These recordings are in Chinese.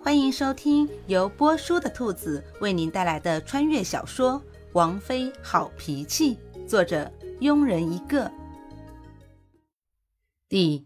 欢迎收听由波叔的兔子为您带来的穿越小说《王妃好脾气》，作者庸人一个。第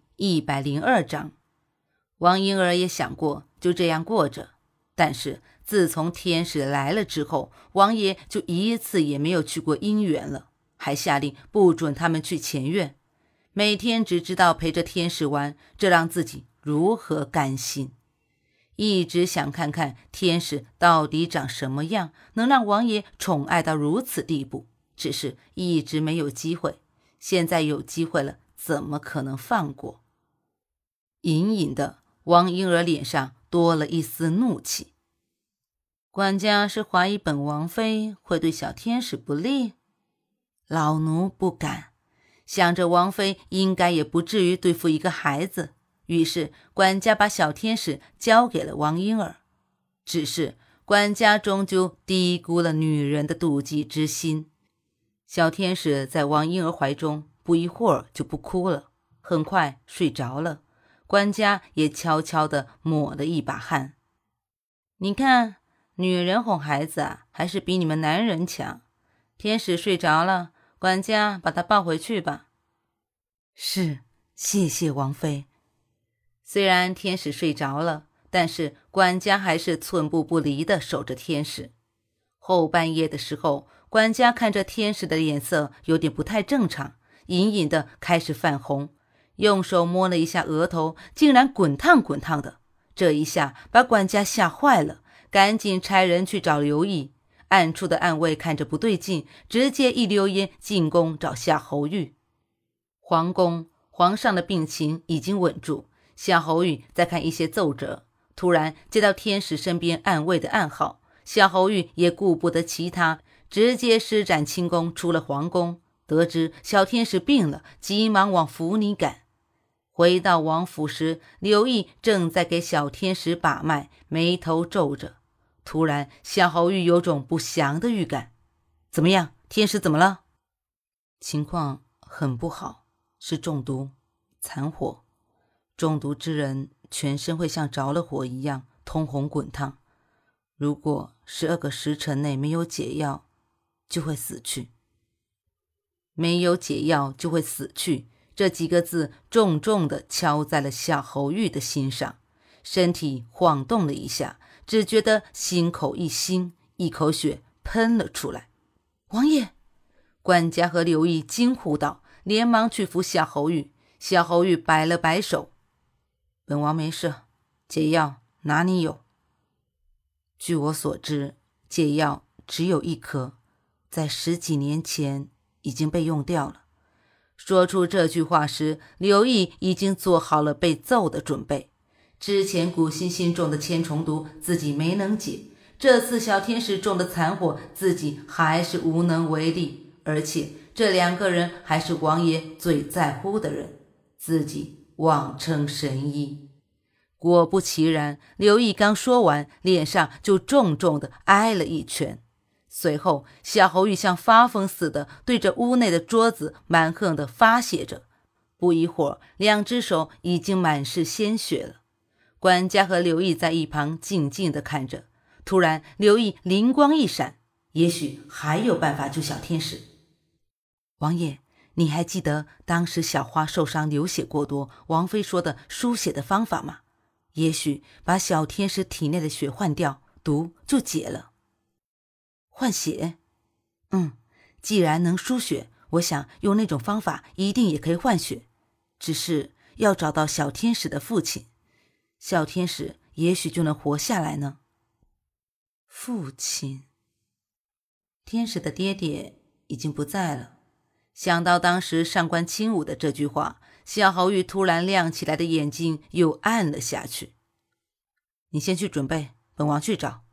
102章。王婴儿也想过就这样过着，但是自从天使来了之后，王爷就一次也没有去过姻缘了，还下令不准他们去前院，每天只知道陪着天使玩，这让自己如何甘心。一直想看看天使到底长什么样，能让王爷宠爱到如此地步，只是一直没有机会，现在有机会了，怎么可能放过？隐隐的，王婴儿脸上多了一丝怒气。管家是怀疑本王妃会对小天使不利？老奴不敢，想着王妃应该也不至于对付一个孩子，于是管家把小天使交给了王婴儿。只是管家终究低估了女人的妒忌之心。小天使在王婴儿怀中不一会儿就不哭了，很快睡着了。管家也悄悄地抹了一把汗。你看，女人哄孩子啊，还是比你们男人强。天使睡着了，管家把他抱回去吧。是，谢谢王妃。虽然天使睡着了，但是管家还是寸步不离地守着天使。后半夜的时候，管家看着天使的脸色有点不太正常，隐隐地开始泛红，用手摸了一下额头，竟然滚烫滚烫的。这一下把管家吓坏了，赶紧差人去找刘毅。暗处的暗卫看着不对劲，直接一溜烟进宫找夏侯玉。皇宫，皇上的病情已经稳住，夏侯玉在看一些奏折，突然接到天使身边暗卫的暗号，夏侯玉也顾不得其他，直接施展轻功出了皇宫。得知小天使病了，急忙往府里赶。回到王府时，刘毅正在给小天使把脉，眉头皱着。突然夏侯玉有种不祥的预感。怎么样，天使怎么了？情况很不好，是中毒，残火。中毒之人全身会像着了火一样通红滚烫，如果12个时辰内没有解药，就会死去。没有解药就会死去，这几个字重重地敲在了夏侯玉的心上，身体晃动了一下，只觉得心口一腥，一口血喷了出来。王爷！管家和刘毅惊呼道，连忙去扶夏侯玉。夏侯玉摆了摆手，本王没事，解药哪里有？据我所知，解药只有1颗，在10几年前已经被用掉了。说出这句话时，刘毅已经做好了被揍的准备。之前古欣欣中的千重毒自己没能解，这次小天使中的残火自己还是无能为力，而且这2个人还是王爷最在乎的人，自己妄称神医。果不其然，刘毅刚说完，脸上就重重地挨了一拳。随后夏侯玉像发疯似的对着屋内的桌子蛮横地发泄着，不一会儿2只手已经满是鲜血了。管家和刘毅在一旁静静地看着，突然刘毅灵光一闪，也许还有办法救小天使。王爷，你还记得当时小花受伤流血过多，王妃说的输血的方法吗？也许把小天使体内的血换掉，毒就解了。换血？既然能输血，我想用那种方法一定也可以换血，只是要找到小天使的父亲，小天使也许就能活下来呢。父亲？天使的爹爹已经不在了。想到当时上官轻舞的这句话，夏侯玉突然亮起来的眼睛又暗了下去。你先去准备，本王去找。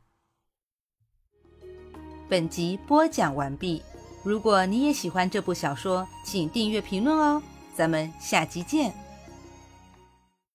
本集播讲完毕，如果你也喜欢这部小说，请订阅评论哦，咱们下集见。